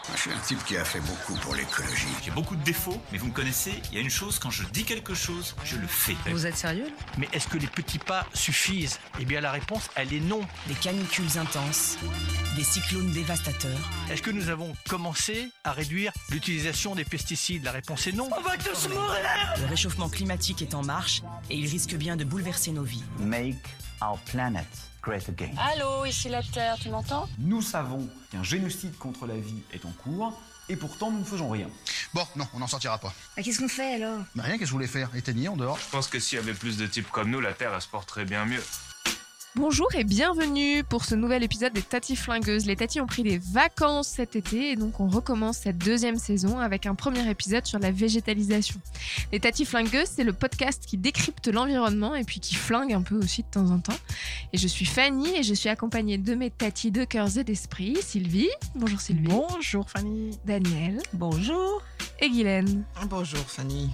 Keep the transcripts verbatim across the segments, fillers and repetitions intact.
Je suis un type qui a fait beaucoup pour l'écologie. J'ai beaucoup de défauts, mais vous me connaissez, il y a une chose, quand je dis quelque chose, je le fais. Vous êtes sérieux là ? Mais est-ce que les petits pas suffisent ? Eh bien la réponse, elle est non. Des canicules intenses, des cyclones dévastateurs. Est-ce que nous avons commencé à réduire l'utilisation des pesticides ? La réponse est non. On va tous mourir ! Le réchauffement climatique est en marche et il risque bien de bouleverser nos vies. Make our planet great again. Allô, ici la Terre, tu m'entends ? Nous savons qu'un génocide contre la vie est en cours et pourtant nous ne faisons rien. Bon, non, on n'en sortira pas. Bah, qu'est-ce qu'on fait alors ? Bah rien, qu'est-ce que je voulais faire ? Éteigner en dehors. Je pense que s'il y avait plus de types comme nous, la Terre, elle se porterait bien mieux. Bonjour et bienvenue pour ce nouvel épisode des Tatis Flingueuses. Les Tatis ont pris des vacances cet été et donc on recommence cette deuxième saison avec un premier épisode sur la végétalisation. Les Tatis Flingueuses, c'est le podcast qui décrypte l'environnement et puis qui flingue un peu aussi de temps en temps. Et je suis Fanny et je suis accompagnée de mes tatis de cœurs et d'esprit. Sylvie. Bonjour Sylvie. Bonjour Fanny. Daniel. Bonjour. Et Guylaine. Bonjour Fanny.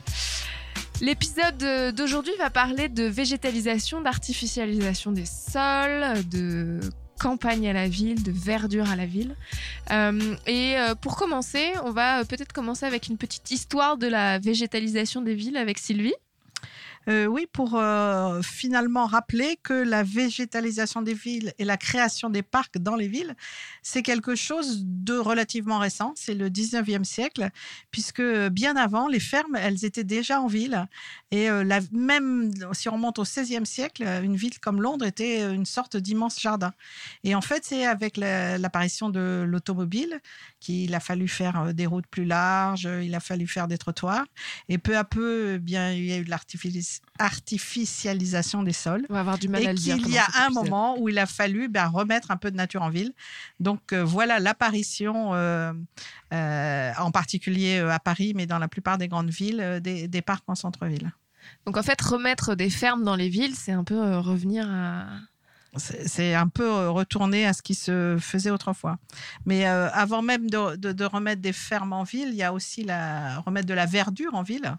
L'épisode d'aujourd'hui va parler de végétalisation, d'artificialisation des sols, de campagne à la ville, de verdure à la ville. Euh, et pour commencer, on va peut-être commencer avec une petite histoire de la végétalisation des villes avec Sylvie. Euh, oui, pour euh, finalement rappeler que la végétalisation des villes et la création des parcs dans les villes, c'est quelque chose de relativement récent. C'est le dix-neuvième siècle, puisque bien avant, les fermes, elles étaient déjà en ville. Et euh, la, même si on remonte au seizième siècle, une ville comme Londres était une sorte d'immense jardin. Et en fait, c'est avec la, l'apparition de l'automobile qu'il a fallu faire des routes plus larges, il a fallu faire des trottoirs. Et peu à peu, eh bien, il y a eu de l'artifici- artificialisation des sols. On va avoir du mal et à le dire. Et qu'il y a un moment où il a fallu ben, remettre un peu de nature en ville. Donc euh, voilà l'apparition, euh, euh, en particulier euh, à Paris, mais dans la plupart des grandes villes, euh, des, des parcs en centre-ville. Donc en fait, remettre des fermes dans les villes, c'est un peu euh, revenir à... C'est, c'est un peu retourner à ce qui se faisait autrefois. Mais euh, avant même de, de, de remettre des fermes en ville, il y a aussi la, remettre de la verdure en ville.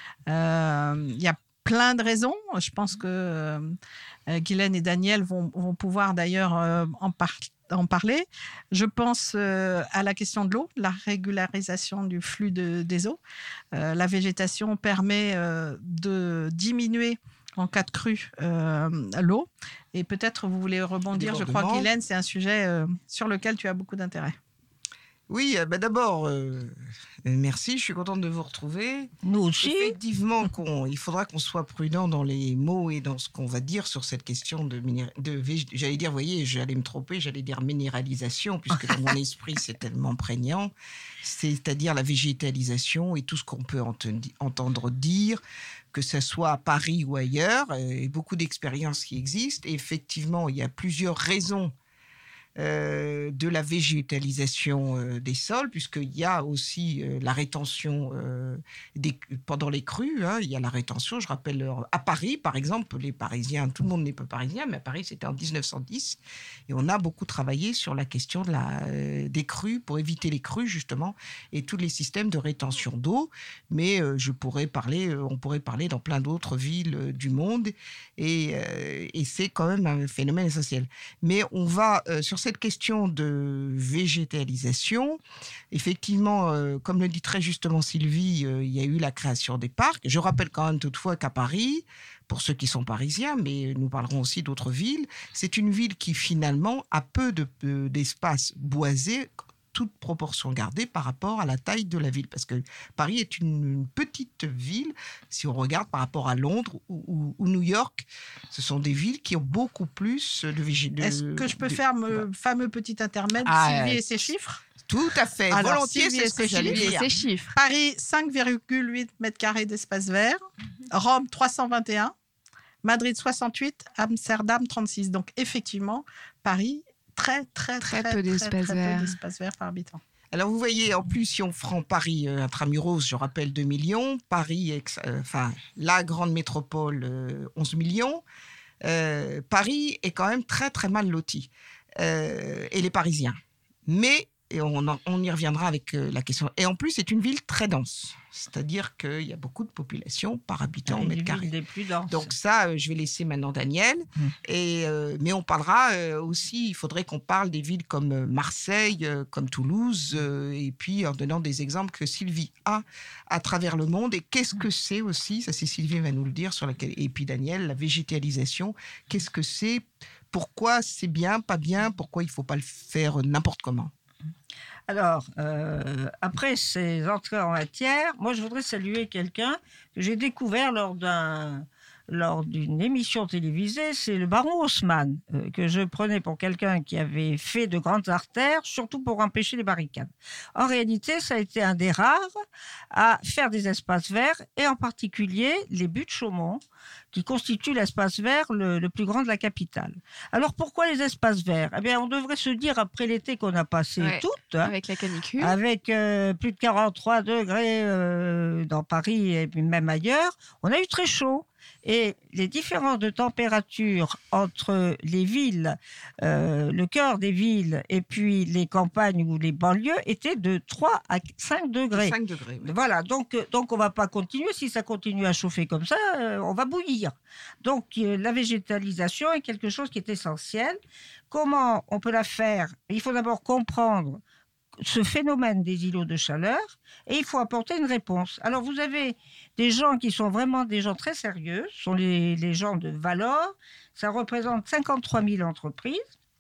Euh, il y a plein de raisons. Je pense que euh, Guylaine et Daniel vont, vont pouvoir d'ailleurs euh, en, par, en parler. Je pense euh, à la question de l'eau, la régularisation du flux de, des eaux. Euh, la végétation permet euh, de diminuer en cas de crue, euh, l'eau. Et peut-être vous voulez rebondir. Je crois, Guylaine, c'est un sujet euh, sur lequel tu as beaucoup d'intérêt. Oui, bah d'abord, euh, merci, je suis contente de vous retrouver. Nous aussi. Effectivement, qu'on, il faudra qu'on soit prudent dans les mots et dans ce qu'on va dire sur cette question de... Miné- de j'allais dire, vous voyez, j'allais me tromper, j'allais dire minéralisation, puisque dans mon esprit, c'est tellement prégnant. C'est-à-dire la végétalisation et tout ce qu'on peut ent- entendre dire, que ce soit à Paris ou ailleurs, et beaucoup d'expériences qui existent. Et effectivement, il y a plusieurs raisons Euh, de la végétalisation euh, des sols, puisqu'il y a aussi euh, la rétention euh, des, pendant les crues. Hein, il y a la rétention, je rappelle, à Paris, par exemple, les Parisiens, tout le monde n'est pas parisien, mais à Paris, c'était en dix-neuf cent dix. Et on a beaucoup travaillé sur la question de la, euh, des crues, pour éviter les crues, justement, et tous les systèmes de rétention d'eau. Mais euh, je pourrais parler, euh, on pourrait parler dans plein d'autres villes euh, du monde, et, euh, et c'est quand même un phénomène essentiel. Mais on va, euh, sur cette question de végétalisation, effectivement, euh, comme le dit très justement Sylvie, euh, il y a eu la création des parcs. Je rappelle quand même toutefois qu'à Paris, pour ceux qui sont parisiens, mais nous parlerons aussi d'autres villes, c'est une ville qui finalement a peu de, de, d'espace boisé, toute proportion gardée par rapport à la taille de la ville. Parce que Paris est une, une petite ville, si on regarde par rapport à Londres ou, ou, ou New York, ce sont des villes qui ont beaucoup plus de végétation. Est-ce que je peux de, faire le bah. fameux petit intermède, ah, Sylvie et ses chiffres ? Tout à fait, alors, volontiers, c'est ce que j'allais dire. Ces chiffres. Paris, cinq virgule huit mètres carrés d'espace vert. Rome, trois cent vingt et un. Madrid, soixante-huit. Amsterdam, trente-six. Donc, effectivement, Paris, très, très, très, très, peu, très, d'espace très, vert. peu d'espace vert par habitant. Alors, vous voyez, en plus, si on prend Paris euh, intramuros, je rappelle deux millions. Paris, ex, euh, enfin, la grande métropole, euh, onze millions. Euh, Paris est quand même très, très mal loti. Euh, et les Parisiens. Mais et on, en, on y reviendra avec euh, la question. Et en plus, c'est une ville très dense. C'est-à-dire qu'il y a beaucoup de population par habitant au mètre carré. Des plus denses. Donc ça, euh, je vais laisser maintenant Daniel. Mmh. Et, euh, mais on parlera euh, aussi, il faudrait qu'on parle des villes comme euh, Marseille, euh, comme Toulouse, euh, et puis en donnant des exemples que Sylvie a à travers le monde. Et qu'est-ce que c'est aussi, ça c'est Sylvie va nous le dire, sur laquelle, et puis Daniel, la végétalisation, qu'est-ce que c'est, pourquoi c'est bien, pas bien, pourquoi il ne faut pas le faire n'importe comment. Alors, euh, après ces entrées en matière, moi je voudrais saluer quelqu'un que j'ai découvert lors d'un, lors d'une émission télévisée, c'est le baron Haussmann, euh, que je prenais pour quelqu'un qui avait fait de grandes artères, surtout pour empêcher les barricades. En réalité, ça a été un des rares à faire des espaces verts, et en particulier les buttes Chaumont, qui constituent l'espace vert le, le plus grand de la capitale. Alors pourquoi les espaces verts ? Eh bien, on devrait se dire, après l'été qu'on a passé ouais, toutes, hein, avec la canicule, avec euh, plus de quarante-trois degrés euh, dans Paris et même ailleurs, on a eu très chaud. Et les différences de température entre les villes, euh, le cœur des villes et puis les campagnes ou les banlieues étaient de trois à cinq degrés. cinq degrés, oui. Voilà, donc, donc on ne va pas continuer. Si ça continue à chauffer comme ça, euh, on va bouillir. Donc euh, la végétalisation est quelque chose qui est essentiel. Comment on peut la faire ? Il faut d'abord comprendre ce phénomène des îlots de chaleur, et il faut apporter une réponse. Alors vous avez des gens qui sont vraiment des gens très sérieux, ce sont les, les gens de Valor, ça représente cinquante-trois mille entreprises,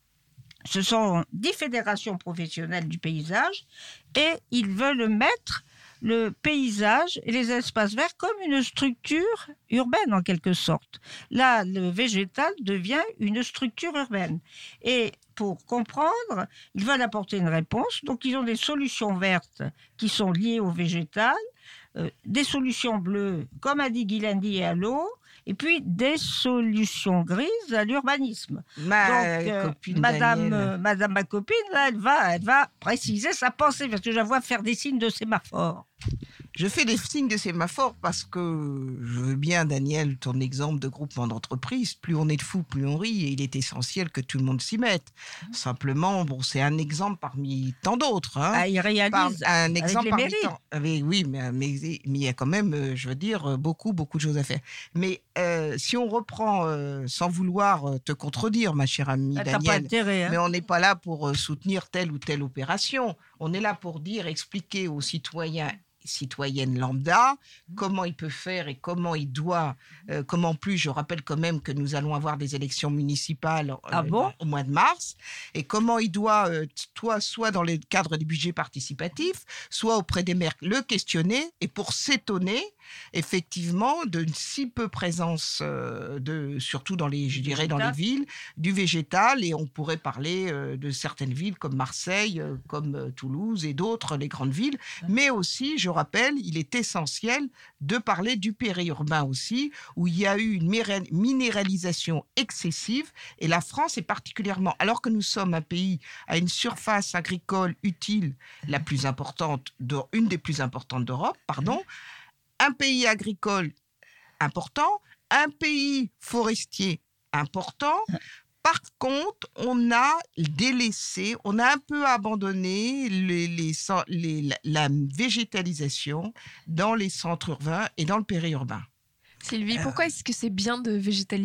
ce sont dix fédérations professionnelles du paysage, et ils veulent mettre le paysage et les espaces verts comme une structure urbaine en quelque sorte. Là, le végétal devient une structure urbaine. Et pour comprendre, ils veulent apporter une réponse. Donc, ils ont des solutions vertes qui sont liées au végétal, euh, des solutions bleues, comme a dit Guilendi, et à l'eau, et puis des solutions grises à l'urbanisme. Ma Donc, euh, copine Madame, Danielle. euh, Madame ma copine, là, elle va, elle va préciser sa pensée, parce que je la vois faire des signes de sémaphore. Je fais des signes de sémaphore parce que je veux bien, Daniel, ton exemple de groupement d'entreprises. Plus on est de fous, plus on rit. Et il est essentiel que tout le monde s'y mette. Simplement, bon, c'est un exemple parmi tant d'autres. Hein. Ah, il réalise Par, un avec exemple les parmi mairies. tant. Mais, oui, mais, mais, mais il y a quand même, euh, je veux dire, beaucoup, beaucoup de choses à faire. Mais euh, si on reprend, euh, sans vouloir euh, te contredire, ma chère amie Ah, t'as Daniel, pas intérêt, hein. mais on n'est pas là pour euh, soutenir telle ou telle opération. On est là pour dire, expliquer aux citoyens citoyenne lambda, comment il peut faire et comment il doit, euh, comment plus, je rappelle quand même que nous allons avoir des élections municipales euh, Ah bon au mois de mars, et comment il doit, euh, toi, soit dans le cadre des budgets participatifs, soit auprès des maires, le questionner, et pour s'étonner, effectivement, de si peu présence, euh, de, surtout dans les, je dirais, dans les villes, du végétal, et on pourrait parler euh, de certaines villes comme Marseille, euh, comme euh, Toulouse et d'autres, les grandes villes, mais aussi, je rappelle, il est essentiel de parler du périurbain aussi, où il y a eu une minéralisation excessive, et la France est particulièrement, alors que nous sommes un pays à une surface agricole utile la plus importante, de, une des plus importantes d'Europe, pardon, un pays agricole important, un pays forestier important. Par contre, on a délaissé, on a un peu abandonné les, les, les, la végétalisation dans les centres urbains et dans le périurbain. Sylvie, pourquoi est-ce que c'est bien de végétaliser ?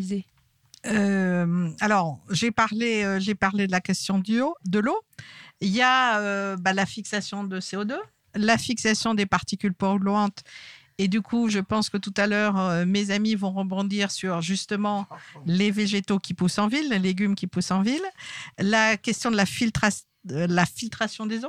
Euh, alors, j'ai parlé, euh, j'ai parlé de la question du eau, de l'eau. Il y a euh, bah, la fixation de C O deux, la fixation des particules polluantes. Et du coup, je pense que tout à l'heure, euh, mes amis vont rebondir sur justement les végétaux qui poussent en ville, les légumes qui poussent en ville, la question de la, filtra- de la filtration des eaux.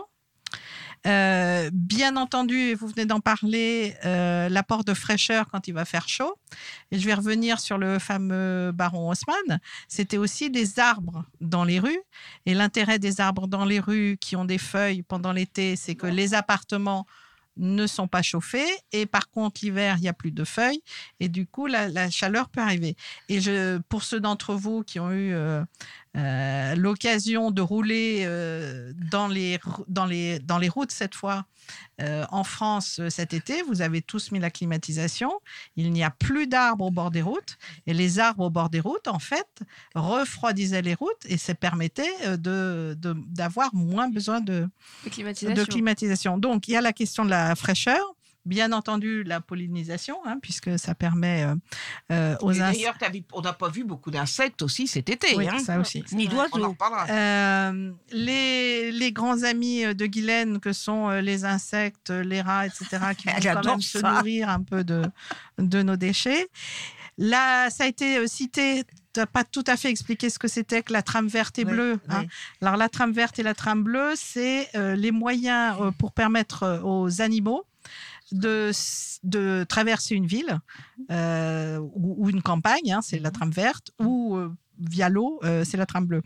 Euh, bien entendu, et vous venez d'en parler, euh, l'apport de fraîcheur quand il va faire chaud. Et je vais revenir sur le fameux baron Haussmann. C'était aussi des arbres dans les rues. Et l'intérêt des arbres dans les rues qui ont des feuilles pendant l'été, c'est que les appartements ne sont pas chauffés, et par contre l'hiver il n'y a plus de feuilles, et du coup la, la chaleur peut arriver. Et je, pour ceux d'entre vous qui ont eu euh, euh, l'occasion de rouler euh, dans, les, dans, les, dans les routes cette fois euh, en France cet été. Vous avez tous mis la climatisation. Il n'y a plus d'arbres au bord des routes. Et les arbres au bord des routes, en fait, refroidisaient les routes et ça permettait de, de, d'avoir moins besoin de, de climatisation. de climatisation. Donc, il y a la question de la fraîcheur. Bien entendu, la pollinisation, hein, puisque ça permet euh, euh, aux insectes. D'ailleurs, t'as vu, on n'a pas vu beaucoup d'insectes aussi cet été. Oui, hein. ça aussi. Ni d'oiseaux. Euh, les, les grands amis de Guylaine, que sont les insectes, les rats, et cetera, qui vont quand même se nourrir un peu de, de nos déchets. Là, ça a été cité. Tu n'as pas tout à fait expliqué ce que c'était que la trame verte et oui, bleue. Hein. Oui. Alors, la trame verte et la trame bleue, c'est euh, les moyens euh, pour permettre aux animaux de, de traverser une ville euh, ou, ou une campagne, hein, c'est la trame verte, ou euh, via l'eau, euh, c'est la trame bleue.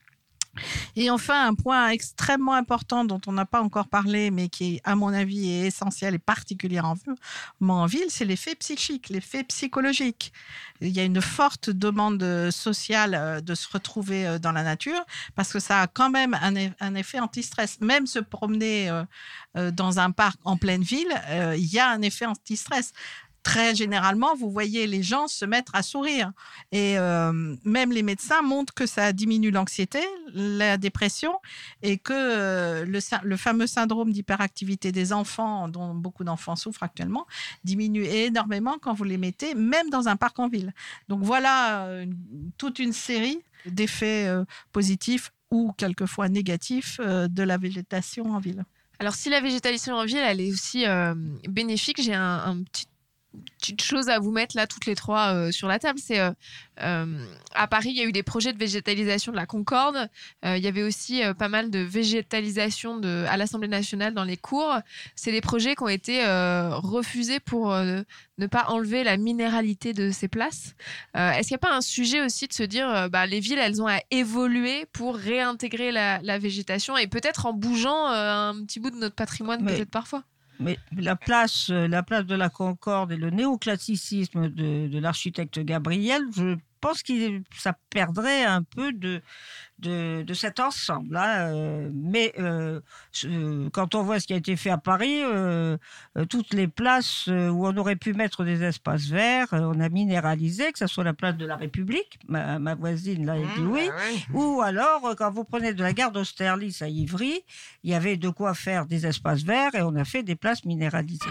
Et enfin, un point extrêmement important dont on n'a pas encore parlé, mais qui, à mon avis, est essentiel et particulièrement en ville, c'est l'effet psychique, l'effet psychologique. Il y a une forte demande sociale de se retrouver dans la nature parce que ça a quand même un, un effet anti-stress. Même se promener dans un parc en pleine ville, il y a un effet anti-stress. Très généralement, vous voyez les gens se mettre à sourire. Et euh, même les médecins montrent que ça diminue l'anxiété, la dépression, et que euh, le, le fameux syndrome d'hyperactivité des enfants, dont beaucoup d'enfants souffrent actuellement, diminue énormément quand vous les mettez, même dans un parc en ville. Donc voilà euh, toute une série d'effets euh, positifs ou quelquefois négatifs euh, de la végétation en ville. Alors si la végétalisation en ville, elle est aussi euh, bénéfique, j'ai un, un petit petite chose à vous mettre là toutes les trois euh, sur la table, c'est euh, euh, à Paris il y a eu des projets de végétalisation de la Concorde, euh, il y avait aussi euh, pas mal de végétalisation de, à l'Assemblée nationale dans les cours. C'est des projets qui ont été euh, refusés pour euh, ne pas enlever la minéralité de ces places. Euh, est-ce qu'il n'y a pas un sujet aussi de se dire euh, bah, les villes elles ont à évoluer pour réintégrer la, la végétation et peut-être en bougeant euh, un petit bout de notre patrimoine Mais... peut-être parfois? Mais la place, la place de la Concorde et le néoclassicisme de, de l'architecte Gabriel, je pense que ça perdrait un peu de, de, de cet ensemble. Hein. Euh, mais euh, quand on voit ce qui a été fait à Paris, euh, toutes les places où on aurait pu mettre des espaces verts, on a minéralisé, que ce soit la place de la République, ma, ma voisine là a dit oui, bah ouais. Ou alors quand vous prenez de la gare d'Austerlitz à Ivry, il y avait de quoi faire des espaces verts et on a fait des places minéralisées.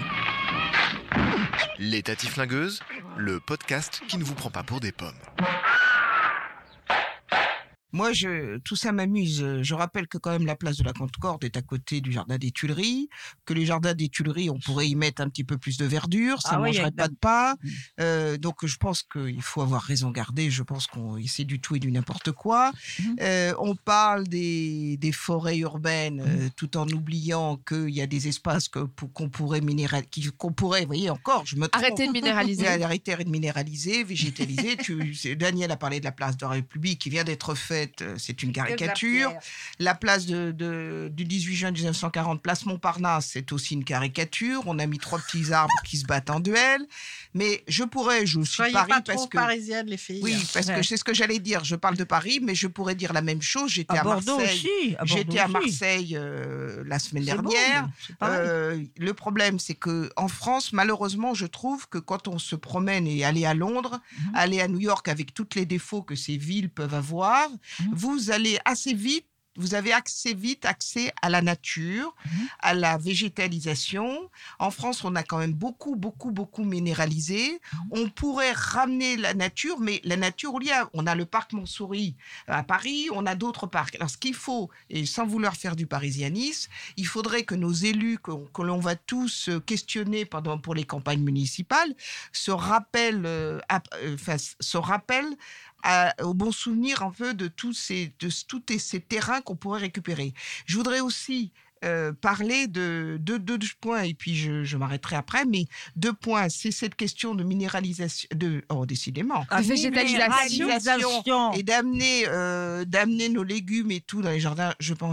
Les Tatis Flingueuses, le podcast qui ne vous prend pas pour des pommes. Moi, je, tout ça m'amuse. Je rappelle que quand même la place de la Concorde est à côté du jardin des Tuileries, que les jardins des Tuileries, on pourrait y mettre un petit peu plus de verdure, ça ne ah mangerait oui, pas de pas. Euh, donc, je pense qu'il faut avoir raison gardée. Je pense qu'on c'est du tout et du n'importe quoi. Mmh. Euh, on parle des, des forêts urbaines, mmh. euh, tout en oubliant qu'il y a des espaces que, pour, qu'on pourrait minéraliser, qu'on pourrait, vous voyez encore, je me trompe. Arrêtez de minéraliser. Arrêtez de minéraliser, végétaliser. tu, Daniel a parlé de la place de la République qui vient d'être faite. C'est une caricature. La place de, de, du dix-huit juin mille neuf cent quarante, place Montparnasse, c'est aussi une caricature. On a mis trois petits arbres qui se battent en duel. Mais je pourrais, je suis Soyez Paris pas parce trop que parisienne, les filles. Oui, parce ouais. que c'est ce que j'allais dire. Je parle de Paris, mais je pourrais dire la même chose. J'étais à, à Marseille. Aussi, à J'étais à aussi. Marseille euh, la semaine c'est dernière. Bon, euh, le problème, c'est que en France, malheureusement, je trouve que quand on se promène et aller à Londres, mm-hmm. aller à New York avec tous les défauts que ces villes peuvent avoir, mm-hmm. vous allez assez vite, vous avez assez vite accès à la nature, mmh. à la végétalisation. En France, on a quand même beaucoup, beaucoup, beaucoup minéralisé. Mmh. On pourrait ramener la nature, mais la nature, on a le parc Montsouris à Paris, on a d'autres parcs. Alors, ce qu'il faut, et sans vouloir faire du parisianisme, il faudrait que nos élus, que, que l'on va tous questionner pendant, pour les campagnes municipales, se rappellent, euh, enfin, se rappellent À, au bon souvenir un peu de tous ces, de, tous ces terrains qu'on pourrait récupérer. Je voudrais aussi euh, parler de deux, deux points, et puis je, je m'arrêterai après, mais deux points, c'est cette question de minéralisation, de, oh décidément, de végétalisation, et d'amener, euh, d'amener nos légumes et tout dans les jardins, je pense,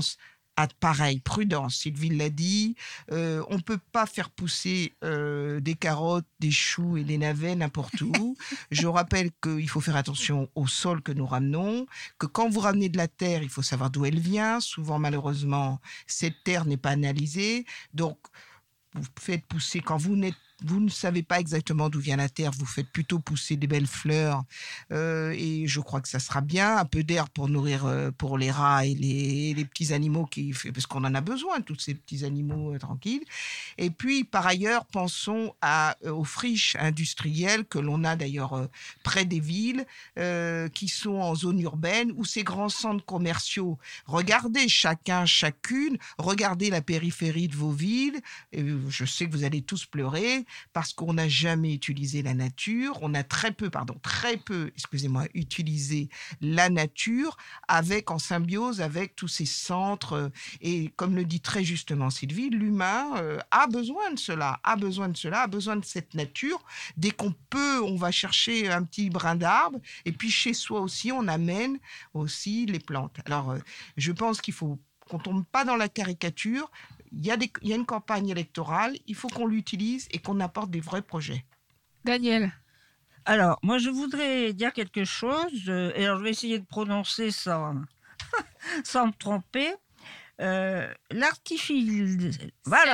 Ah, pareil, prudence, Sylvie l'a dit, euh, on ne peut pas faire pousser euh, des carottes, des choux et des navets n'importe où. Je rappelle qu'il faut faire attention au sol que nous ramenons, que quand vous ramenez de la terre, il faut savoir d'où elle vient. Souvent, malheureusement, cette terre n'est pas analysée. Donc, vous faites pousser, quand vous n'êtes vous ne savez pas exactement d'où vient la terre, vous faites plutôt pousser des belles fleurs euh, et je crois que ça sera bien. Un peu d'air pour nourrir euh, pour les rats et les, les petits animaux, qui, parce qu'on en a besoin, tous ces petits animaux euh, tranquilles. Et puis, par ailleurs, pensons à, euh, aux friches industrielles que l'on a d'ailleurs euh, près des villes, euh, qui sont en zone urbaine, ou ces grands centres commerciaux. Regardez chacun, chacune, regardez la périphérie de vos villes. Et je sais que vous allez tous pleurer, parce qu'on n'a jamais utilisé la nature, on a très peu, pardon, très peu, excusez-moi, utilisé la nature avec, en symbiose avec tous ces centres. Et comme le dit très justement Sylvie, l'humain euh, a besoin de cela, a besoin de cela, a besoin de cette nature. Dès qu'on peut, on va chercher un petit brin d'arbre, et puis chez soi aussi, on amène aussi les plantes. Alors, euh, je pense qu'il faut qu'on ne tombe pas dans la caricature. Il y a des, il y a une campagne électorale, il faut qu'on l'utilise et qu'on apporte des vrais projets. Daniel. Alors, moi, je voudrais dire quelque chose, euh, et alors je vais essayer de prononcer sans, sans me tromper. Euh, l'artificialisation. Voilà,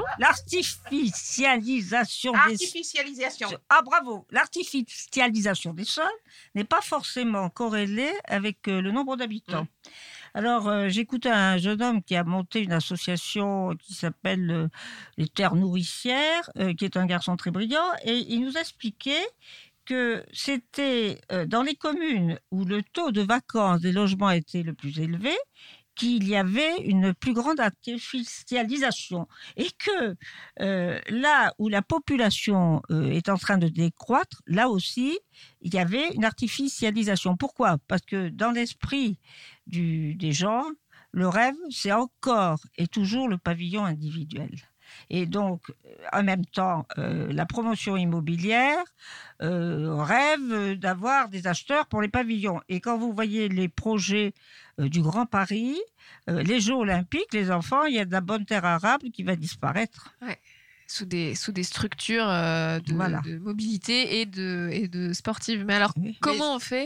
l'artificialisation des... Artificialisation. Ah, bravo. L'artificialisation des sols n'est pas forcément corrélée avec euh, le nombre d'habitants. Mmh. Alors, euh, j'écoutais un jeune homme qui a monté une association qui s'appelle euh, les Terres Nourricières, euh, qui est un garçon très brillant, et il nous expliquait que c'était euh, dans les communes où le taux de vacance des logements était le plus élevé, qu'il y avait une plus grande artificialisation et que euh, là où la population euh, est en train de décroître, là aussi, il y avait une artificialisation. Pourquoi ? Parce que dans l'esprit du, des gens, le rêve, c'est encore et toujours le pavillon individuel. Et donc, en même temps, euh, la promotion immobilière euh, rêve d'avoir des acheteurs pour les pavillons. Et quand vous voyez les projets euh, du Grand Paris, euh, les Jeux Olympiques, les enfants, il y a de la bonne terre arable qui va disparaître. Ouais. Sous des, sous des structures euh, de, voilà. de mobilité et de, et de sportives. Mais alors, oui. comment mais... on fait ?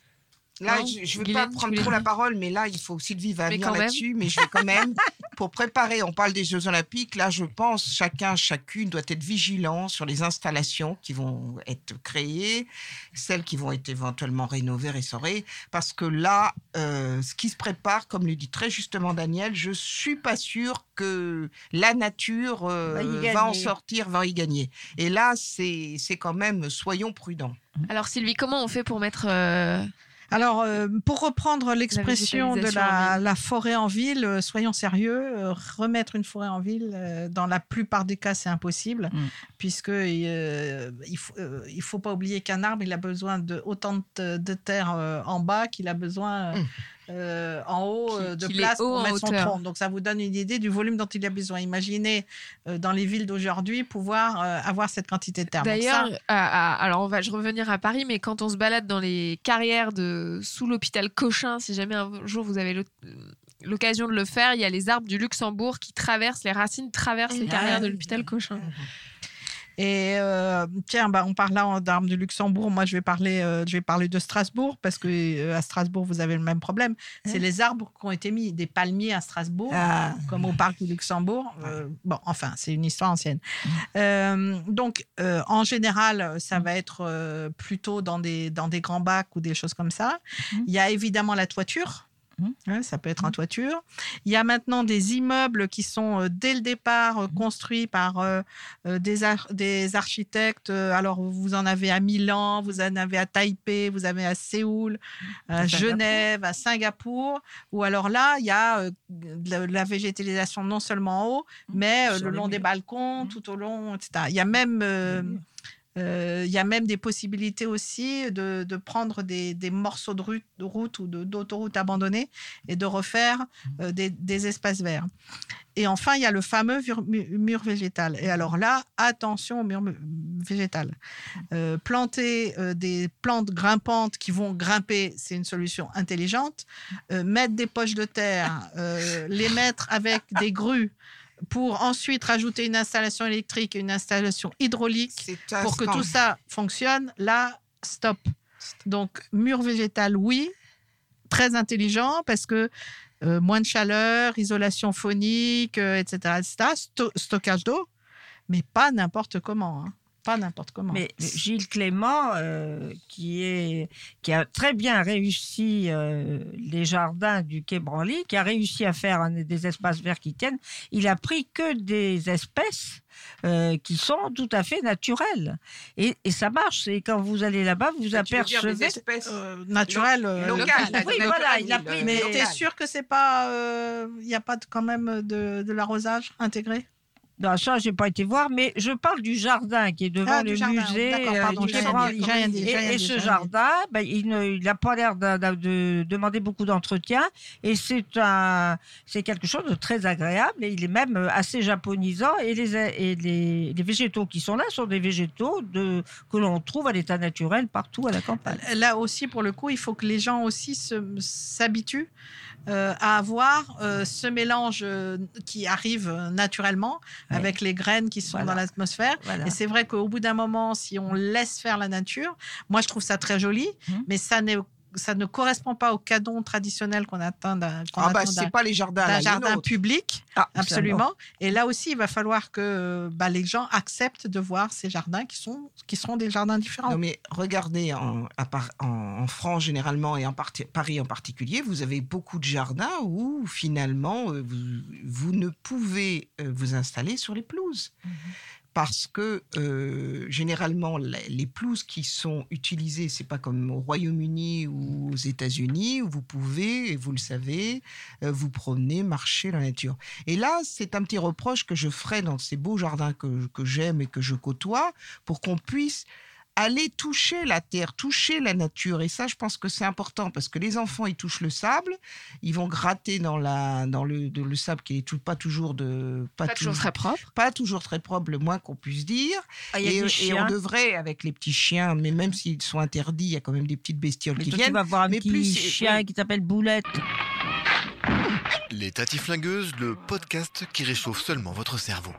Là, non, je ne veux pas prendre trop la parole, mais là, il faut Sylvie va venir là-dessus, mais je vais quand même, pour préparer, on parle des Jeux Olympiques, là, je pense, chacun, chacune doit être vigilant sur les installations qui vont être créées, celles qui vont être éventuellement rénovées, restaurées, parce que là, euh, ce qui se prépare, comme le dit très justement Daniel, je ne suis pas sûre que la nature euh, va, va en sortir, va y gagner. Et là, c'est, c'est quand même, soyons prudents. Alors Sylvie, comment on fait pour mettre... Euh... Alors, euh, pour reprendre l'expression de la, la forêt en ville, euh, soyons sérieux, euh, remettre une forêt en ville, euh, dans la plupart des cas, c'est impossible, mmh. puisque euh, il faut, euh, il faut pas oublier qu'un arbre, il a besoin de autant de, de terre euh, en bas qu'il a besoin euh, mmh. euh, en haut euh, de place pour mettre son tronc. Donc, ça vous donne une idée du volume dont il a besoin. Imaginez euh, dans les villes d'aujourd'hui pouvoir euh, avoir cette quantité de terre. D'ailleurs, ça... à, à, alors on va je revenir à Paris, mais quand on se balade dans les carrières de sous l'hôpital Cochin, si jamais un jour vous avez l'occasion de le faire, il y a les arbres du Luxembourg qui traversent, les racines traversent les carrières de l'hôpital Cochin. Et euh, tiens, bah, on parle là d'arbres du Luxembourg. Moi, je vais parler, euh, je vais parler de Strasbourg parce que euh, à Strasbourg, vous avez le même problème. C'est hein? les arbres qui ont été mis, des palmiers à Strasbourg, ah. comme au parc du Luxembourg. Euh, bon, enfin, c'est une histoire ancienne. Euh, donc, euh, en général, ça va être euh, plutôt dans des dans des grands bacs ou des choses comme ça. Il y a évidemment la toiture. Ouais, ça peut être en toiture. Il y a maintenant des immeubles qui sont euh, dès le départ euh, construits par euh, euh, des, ar- des architectes. Alors, vous en avez à Milan, vous en avez à Taipei, vous en avez à Séoul, à Genève, à Singapour. Ou alors là, il y a euh, de la végétalisation non seulement en haut, mais euh, le long des balcons, tout au long, et cetera. Il y a même... Euh, Euh, Il y a même des possibilités aussi de, de prendre des, des morceaux de route, de route ou de, d'autoroute abandonnés et de refaire euh, des, des espaces verts. Et enfin, il y a le fameux mur, mur végétal. Et alors là, attention au mur végétal. Euh, planter euh, des plantes grimpantes qui vont grimper, c'est une solution intelligente. Euh, mettre des poches de terre, euh, les mettre avec des grues pour ensuite rajouter une installation électrique et une installation hydraulique pour que tout ça fonctionne, là, stop. Donc, mur végétal, oui, très intelligent parce que Euh, moins de chaleur, isolation phonique, euh, et cetera, et cetera. Sto- stockage d'eau, mais pas n'importe comment. Hein. Pas n'importe comment. Mais Gilles Clément, euh, qui, est, qui a très bien réussi euh, les jardins du Quai Branly, qui a réussi à faire un, des espaces verts qui tiennent, il a pris que des espèces euh, qui sont tout à fait naturelles. Et, et ça marche. Et quand vous allez là-bas, vous Ça, tu veux dire apercevez... des espèces euh, naturelles. lo- euh, locales. Oui, Locales, voilà, il a oui, pris... le- Mais local. t'es sûr que c'est pas, il n'y a pas de- quand même de, de l'arrosage intégré? Non, ça, j'ai pas été voir, mais je parle du jardin qui est devant Ah, le du jardin. musée D'accord, pardon, du j'ai Quai rien Branly. dit, j'ai rien dit, j'ai Et, rien et dit, ce j'ai rien dit. jardin, ben, il n'a pas l'air de, de- de demander beaucoup d'entretien, et c'est un, c'est quelque chose de très agréable, et il est même assez japonisant, et les, et les, les végétaux qui sont là sont des végétaux de, que l'on trouve à l'état naturel partout à la campagne. Là aussi, pour le coup, il faut que les gens aussi se, s'habituent euh, à avoir euh, ce mélange euh, qui arrive naturellement Ouais. avec les graines qui sont Voilà. dans l'atmosphère. Voilà. Et c'est vrai qu'au bout d'un moment, si on laisse faire la nature, moi je trouve ça très joli, Mmh. mais ça n'est ça ne correspond pas au cadon traditionnel qu'on attend d'un, qu'on Ah bah, attend c'est d'un- pas les jardins, d'un là, les jardin nôtres. public. Ah, Absolument. Et là aussi, il va falloir que bah, les gens acceptent de voir ces jardins qui, sont, qui seront des jardins différents. Non mais regardez, en, à Par- en, en France généralement et en parti- Paris en particulier, vous avez beaucoup de jardins où finalement euh, vous, vous ne pouvez euh, vous installer sur les pelouses. Parce que euh, généralement, les les pelouses qui sont utilisées, c'est pas comme au Royaume-Uni ou aux États-Unis où vous pouvez, et vous le savez, euh, vous promener, marcher dans la nature. Et là, c'est un petit reproche que je ferai dans ces beaux jardins que, que j'aime et que je côtoie, pour qu'on puisse aller toucher la terre, toucher la nature. Et ça, je pense que c'est important parce que les enfants, ils touchent le sable, ils vont gratter dans, la, dans le, de, le sable qui n'est tout- pas toujours de Pas toujours très propre. Pas toujours très propre, le moins qu'on puisse dire. Ah, il y a et, des et chiens. on devrait, avec les petits chiens, mais même s'ils sont interdits, il y a quand même des petites bestioles Mais qui toi, viennent. tu vas voir un mais petit plus c'est- chien ouais. qui s'appelle Boulette. Les Tatis Flingueuses, le podcast qui réchauffe seulement votre cerveau.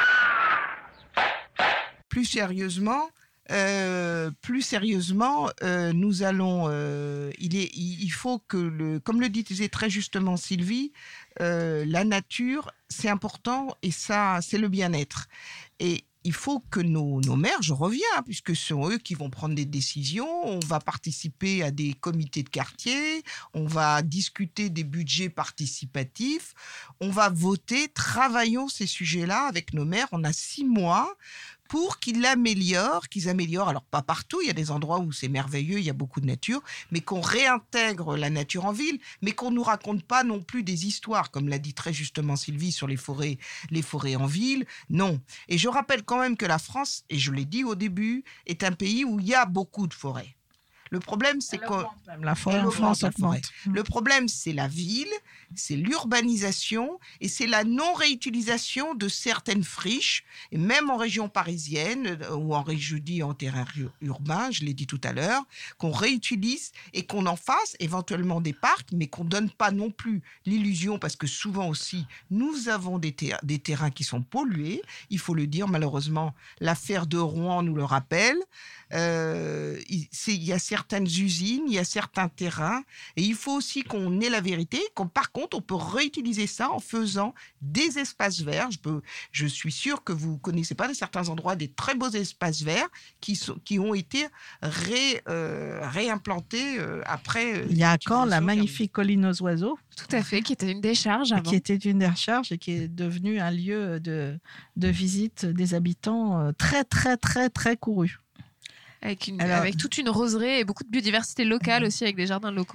Plus sérieusement, euh, plus sérieusement, euh, nous allons. euh, il, est, il, il faut que, le, comme le disait très justement Sylvie, euh, la nature, c'est important et ça, c'est le bien-être. Et il faut que nos, nos maires, je reviens, puisque ce sont eux qui vont prendre des décisions, on va participer à des comités de quartier, on va discuter des budgets participatifs, on va voter, travaillons ces sujets-là avec nos maires. On a six mois pour qu'ils l'améliorent, qu'ils améliorent, alors pas partout, il y a des endroits où c'est merveilleux, il y a beaucoup de nature, mais qu'on réintègre la nature en ville, mais qu'on ne nous raconte pas non plus des histoires, comme l'a dit très justement Sylvie sur les forêts, les forêts en ville, non. Et je rappelle quand même que la France, et je l'ai dit au début, est un pays où il y a beaucoup de forêts. Le problème, c'est que La forêt Elle en augmente, France la forêt. augmente. Le problème, c'est la ville, c'est l'urbanisation et c'est la non-réutilisation de certaines friches, et même en région parisienne euh, ou en région, je dis en terrain ur- urbain, je l'ai dit tout à l'heure, qu'on réutilise et qu'on en fasse éventuellement des parcs, mais qu'on donne pas non plus l'illusion, parce que souvent aussi, nous avons des, ter- des terrains qui sont pollués, il faut le dire, malheureusement, l'affaire de Rouen nous le rappelle. Euh, il c'est- il y a certaines usines, il y a certains terrains, et il faut aussi qu'on ait la vérité, qu'on, par contre, on peut réutiliser ça en faisant des espaces verts. Je, peux, je suis sûre que vous ne connaissez pas, dans certains endroits, des très beaux espaces verts qui, sont, qui ont été ré, euh, réimplantés euh, après. euh, Il y a à Caen la l'utilisation magnifique colline aux oiseaux. Tout à fait, qui était une décharge avant. Qui était une décharge et qui est devenue un lieu de, de visite des habitants euh, très, très, très, très couru. Avec, une, Alors- avec toute une roseraie et beaucoup de biodiversité locale aussi, avec des jardins locaux.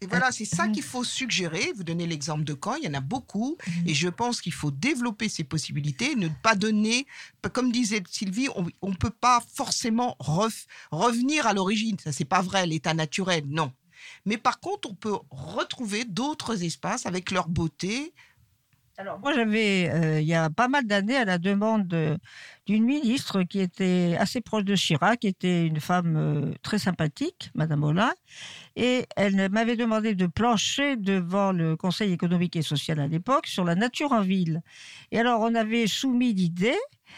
Et voilà, c'est ça qu'il faut suggérer. Vous donnez l'exemple de Caen, il y en a beaucoup. Et je pense qu'il faut développer ces possibilités, ne pas donner, comme disait Sylvie, on ne peut pas forcément ref, revenir à l'origine. Ça, c'est pas vrai, l'état naturel, non. Mais par contre, on peut retrouver d'autres espaces avec leur beauté. Alors, moi, j'avais, euh, il y a pas mal d'années, à la demande de, d'une ministre qui était assez proche de Chirac, qui était une femme euh, très sympathique, Madame Hollin, et elle m'avait demandé de plancher devant le Conseil économique et social à l'époque sur la nature en ville. Et alors, on avait soumis l'idée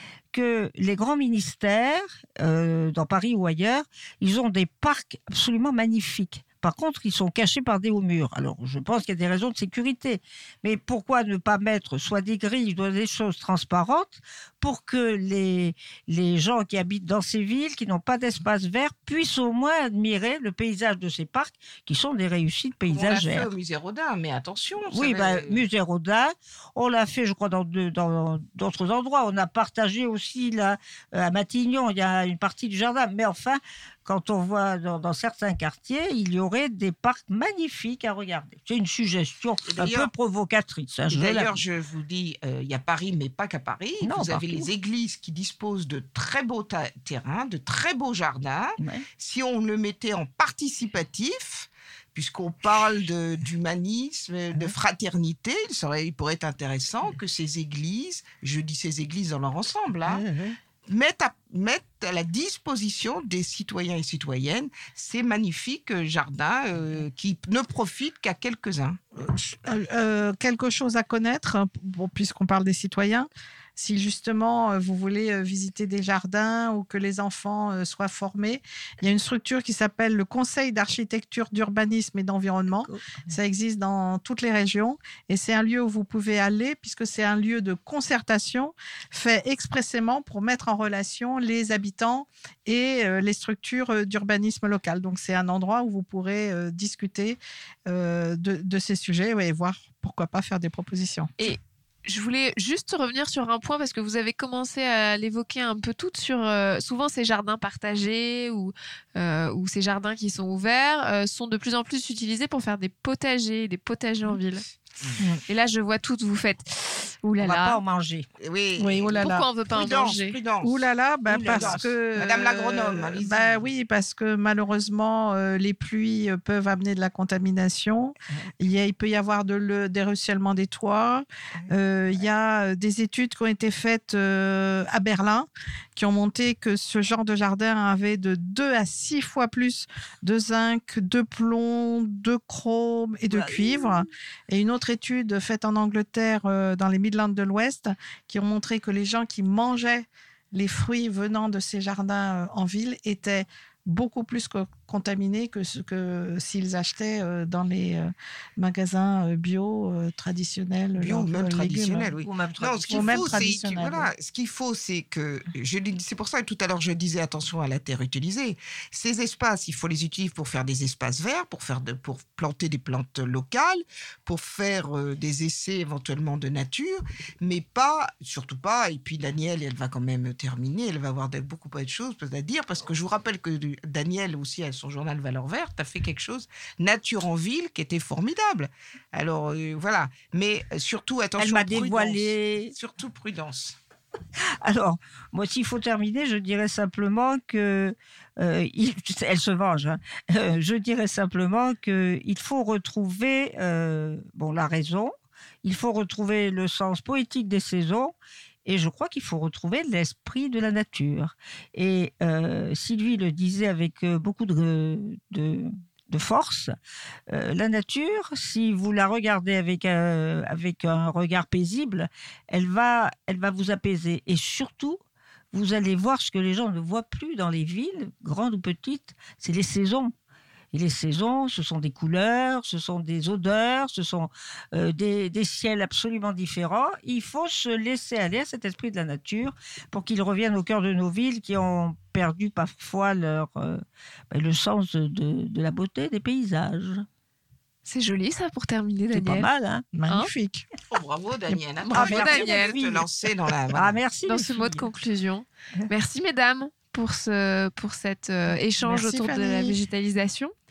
que les grands ministères, euh, dans Paris ou ailleurs, ils ont des parcs absolument magnifiques. Par contre, ils sont cachés par des hauts murs. Alors, je pense qu'il y a des raisons de sécurité. Mais pourquoi ne pas mettre soit des grilles, soit des choses transparentes pour que les, les gens qui habitent dans ces villes, qui n'ont pas d'espace vert, puissent au moins admirer le paysage de ces parcs, qui sont des réussites paysagères. On l'a fait au musée Rodin, mais attention. Oui, bah, musée Rodin, on l'a fait, je crois, dans, de, dans d'autres endroits. On a partagé aussi, là, à Matignon, il y a une partie du jardin. Mais enfin, quand on voit dans, dans certains quartiers, il y aurait des parcs magnifiques à regarder. C'est une suggestion un peu provocatrice. Hein, d'ailleurs, je vous dis, euh, il y a Paris, mais pas qu'à Paris. Non, vous avez les églises qui disposent de très beaux ta- terrains, de très beaux jardins. Ouais. Si on le mettait en participatif, puisqu'on parle de, d'humanisme, de fraternité, il, serait, il pourrait être intéressant que ces églises, je dis ces églises dans leur ensemble, hein, mmh. mettent, à, mettent à la disposition des citoyens et citoyennes ces magnifiques jardins euh, qui ne profitent qu'à quelques-uns. Euh, euh, quelque chose à connaître, bon, puisqu'on parle des citoyens. Si justement vous voulez visiter des jardins ou que les enfants soient formés, il y a une structure qui s'appelle le Conseil d'architecture, d'urbanisme et d'environnement. Ça existe dans toutes les régions et c'est un lieu où vous pouvez aller puisque c'est un lieu de concertation fait expressément pour mettre en relation les habitants et les structures d'urbanisme local. Donc c'est un endroit où vous pourrez discuter de, de ces sujets et voir pourquoi pas faire des propositions. Et je voulais juste revenir sur un point parce que vous avez commencé à l'évoquer un peu toutes sur euh, souvent ces jardins partagés ou, euh, ou ces jardins qui sont ouverts euh, sont de plus en plus utilisés pour faire des potagers, des potagers en ville. Mmh. Et là, je vois toutes, vous faites ouh là là. On va pas en manger. Oui. Oui, oh là là. Pourquoi on veut pas prudence, en manger? Prudence. Ouh là là, bah prudence. parce que Madame l'agronome, allez-y. Bah oui, parce que malheureusement euh, les pluies euh, peuvent amener de la contamination. Mmh. Il y a, il peut y avoir de le, des ruissellements des toits. Euh, il y a des études qui ont été faites euh, à Berlin qui ont montré que ce genre de jardin avait de deux à six fois plus de zinc, de plomb, de chrome et de bah, cuivre. Oui. Et une autre étude faite en Angleterre euh, dans les Midlands de l'Ouest qui ont montré que les gens qui mangeaient les fruits venant de ces jardins euh, en ville étaient beaucoup plus co- contaminés que, ce, que s'ils achetaient euh, dans les euh, magasins euh, bio euh, traditionnels. Bio ou même traditionnels, oui. Ou même non, ce qu'il, ou faut, c'est, tu, voilà, oui. ce qu'il faut, c'est que... Je, c'est pour ça que tout à l'heure, je disais attention à la terre utilisée. Ces espaces, il faut les utiliser pour faire des espaces verts, pour, faire de, pour planter des plantes locales, pour faire euh, des essais éventuellement de nature, mais pas, surtout pas, et puis Danielle, elle va quand même terminer, elle va avoir beaucoup de choses à dire, parce que je vous rappelle que Danielle aussi a son journal Valeurs Vertes, a fait quelque chose, Nature en ville, qui était formidable. Alors, euh, voilà. Mais surtout, attention, elle m'a prudence. dévoilé. Surtout prudence. Alors, moi, s'il faut terminer, je dirais simplement que... Euh, il, elle se venge. Hein. Euh, je dirais simplement qu'il faut retrouver euh, bon, la raison, il faut retrouver le sens poétique des saisons. Et je crois qu'il faut retrouver l'esprit de la nature. Et euh, Sylvie le disait avec beaucoup de, de, de force, euh, la nature, si vous la regardez avec, euh, avec un regard paisible, elle va, elle va vous apaiser. Et surtout, vous allez voir ce que les gens ne voient plus dans les villes, grandes ou petites, c'est les saisons. Et les saisons, ce sont des couleurs, ce sont des odeurs, ce sont euh, des, des ciels absolument différents. Il faut se laisser aller à cet esprit de la nature pour qu'il revienne au cœur de nos villes qui ont perdu parfois leur, euh, le sens de, de la beauté des paysages. C'est joli ça pour terminer, Daniel. C'est pas mal, hein? Magnifique. Hein oh, bravo, Daniel. Hein bravo, Daniel. De te lancer dans la... Voilà. Ah, merci. Dans ce filles. Mot de conclusion. Merci, mesdames, pour, ce, pour cet euh, échange merci, autour Fanny. de la végétalisation.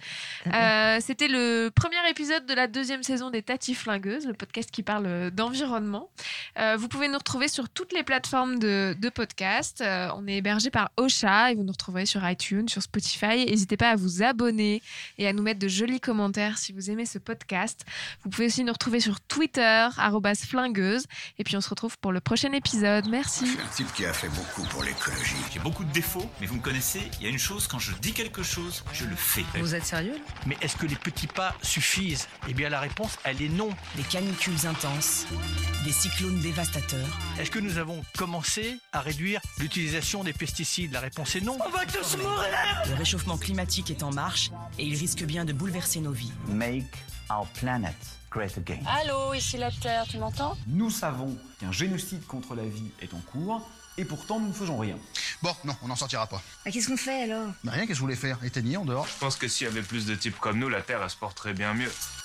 Euh, c'était le premier épisode de la deuxième saison des Tati Flingueuses, le podcast qui parle d'environnement. Euh, vous pouvez nous retrouver sur toutes les plateformes de, de podcast. Euh, on est hébergé par Ocha et vous nous retrouverez sur iTunes, sur Spotify. N'hésitez pas à vous abonner et à nous mettre de jolis commentaires si vous aimez ce podcast. Vous pouvez aussi nous retrouver sur Twitter, arobase flingueuse. Et puis on se retrouve pour le prochain épisode. Merci. Je suis un type qui a fait beaucoup pour l'écologie. J'ai beaucoup de défauts, mais vous me connaissez, il y a une chose, quand je dis quelque chose, je le fais. Vous êtes sérieux là ? Mais est-ce que les petits pas suffisent ? Eh bien, la réponse, elle est non. Des canicules intenses, des cyclones dévastateurs. Est-ce que nous avons commencé à réduire l'utilisation des pesticides ? La réponse est non. On va tous mourir ! Le réchauffement climatique est en marche et il risque bien de bouleverser nos vies. Make our planet great again. Allô, ici la Terre, tu m'entends? Nous savons qu'un génocide contre la vie est en cours, et pourtant nous ne faisons rien. Bon, non, on n'en sortira pas. Bah, qu'est-ce qu'on fait alors? Bah rien, qu'est-ce que je voulais faire? Éteignez en dehors. Je pense que s'il y avait plus de types comme nous, la Terre, elle se porterait bien mieux.